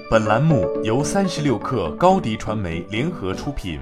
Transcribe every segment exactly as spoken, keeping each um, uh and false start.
本栏目由三十六氪高迪传媒联合出品。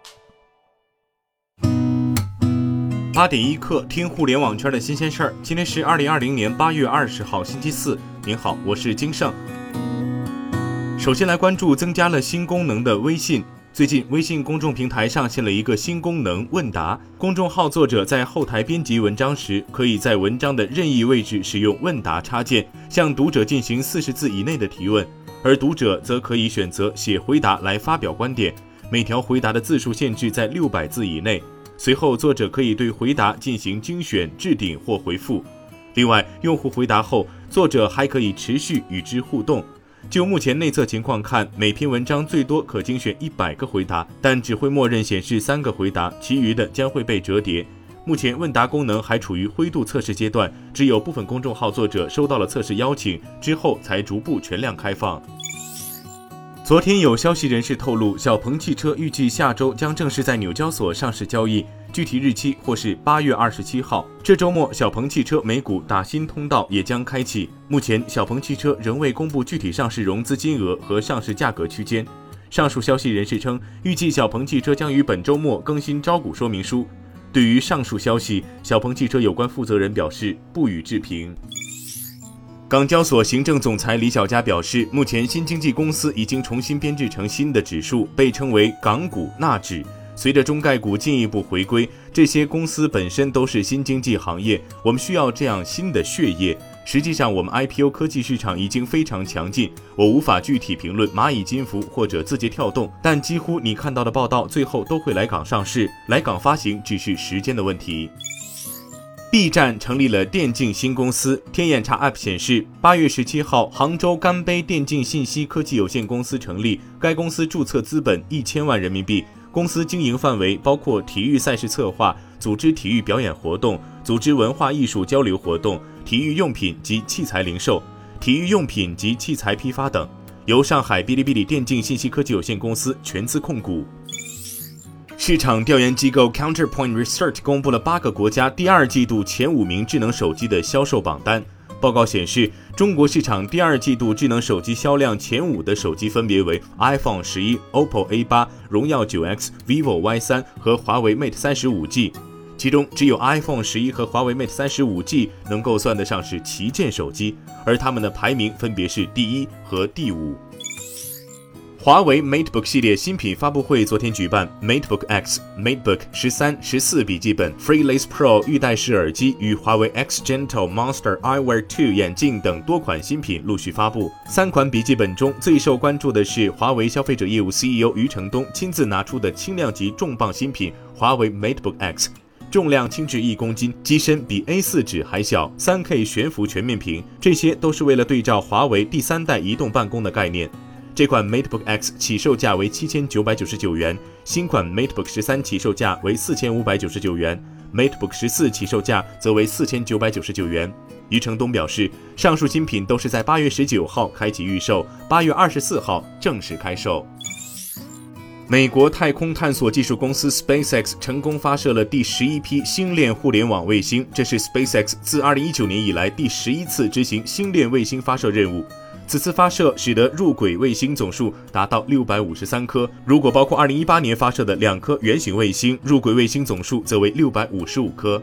八点一刻，听互联网圈的新鲜事儿。今天是二零二零年八月二十号，星期四。您好，我是金盛。首先来关注增加了新功能的微信。最近，微信公众平台上线了一个新功能问答，公众号作者在后台编辑文章时，可以在文章的任意位置使用问答插件，向读者进行四十字以内的提问，而读者则可以选择写回答来发表观点，每条回答的字数限制在六百字以内。随后，作者可以对回答进行精选、置顶或回复。另外，用户回答后，作者还可以持续与之互动。就目前内测情况看，每篇文章最多可精选一百个回答，但只会默认显示三个回答，其余的将会被折叠。目前问答功能还处于灰度测试阶段，只有部分公众号作者收到了测试邀请，之后才逐步全量开放。昨天有消息人士透露，小鹏汽车预计下周将正式在纽交所上市交易，具体日期或是八月二十七号。这周末，小鹏汽车美股打新通道也将开启。目前，小鹏汽车仍未公布具体上市融资金额和上市价格区间。上述消息人士称，预计小鹏汽车将于本周末更新招股说明书。对于上述消息，小鹏汽车有关负责人表示不予置评。港交所行政总裁李小加表示，目前新经济公司已经重新编制成新的指数，被称为港股纳指。随着中概股进一步回归，这些公司本身都是新经济行业，我们需要这样新的血液。实际上，我们 I P O 科技市场已经非常强劲，我无法具体评论蚂蚁金服或者字节跳动，但几乎你看到的报道最后都会来港上市，来港发行只是时间的问题。B 站成立了电竞新公司，天眼查 App 显示，八月十七号，杭州干杯电竞信息科技有限公司成立，该公司注册资本一千万人民币，公司经营范围包括体育赛事策划、组织体育表演活动、组织文化艺术交流活动、体育用品及器材零售、体育用品及器材批发等，由上海哔哩哔哩电竞信息科技有限公司全资控股。市场调研机构 Counterpoint Research 公布了八个国家第二季度前五名智能手机的销售榜单。报告显示，中国市场第二季度智能手机销量前五的手机分别为 iPhone 十一、O P P O A 八、荣耀 九 X、vivo Y 三和华为 Mate 三十五 G， 其中只有 iPhone 十一和华为 Mate 三十五 G 能够算得上是旗舰手机，而它们的排名分别是第一和第五。华为 MateBook 系列新品发布会昨天举办 ，MateBook X、MateBook 十三、十四笔记本、FreeLace Pro 玉带式耳机与华为 X Gentle Monster Eyewear 二眼镜等多款新品陆续发布。三款笔记本中最受关注的是华为消费者业务 C E O 余承东亲自拿出的轻量级重磅新品华为 MateBook X， 重量轻至一公斤，机身比 A 四 纸还小， 三 K 悬浮全面屏，这些都是为了对照华为第三代移动办公的概念。这款 MateBook X 起售价为七千九百九十九元，新款 MateBook 十三起售价为四千五百九十九元 ，MateBook 十四起售价则为四千九百九十九元。余承东表示，上述新品都是在八月十九号开启预售，八月二十四号正式开售。美国太空探索技术公司 SpaceX 成功发射了第十一批星链互联网卫星，这是 SpaceX 自二零一九年以来第十一次执行星链卫星发射任务。此次发射使得入轨卫星总数达到六百五十三颗，如果包括二零一八年发射的两颗圆形卫星，入轨卫星总数则为六百五十五颗。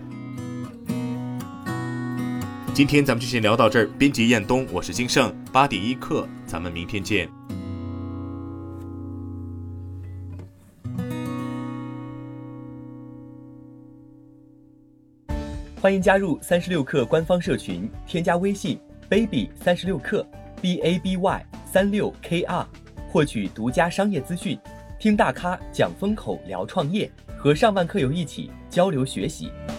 今天咱们就先聊到这儿，编辑彦东，我是金盛，八点一刻，咱们明天见。 欢迎加入三十六氪官方社群，添加微信 baby 三十六氪 B A B Y 三六 K R， 获取独家商业资讯，听大咖讲风口，聊创业，和上万客友一起交流学习。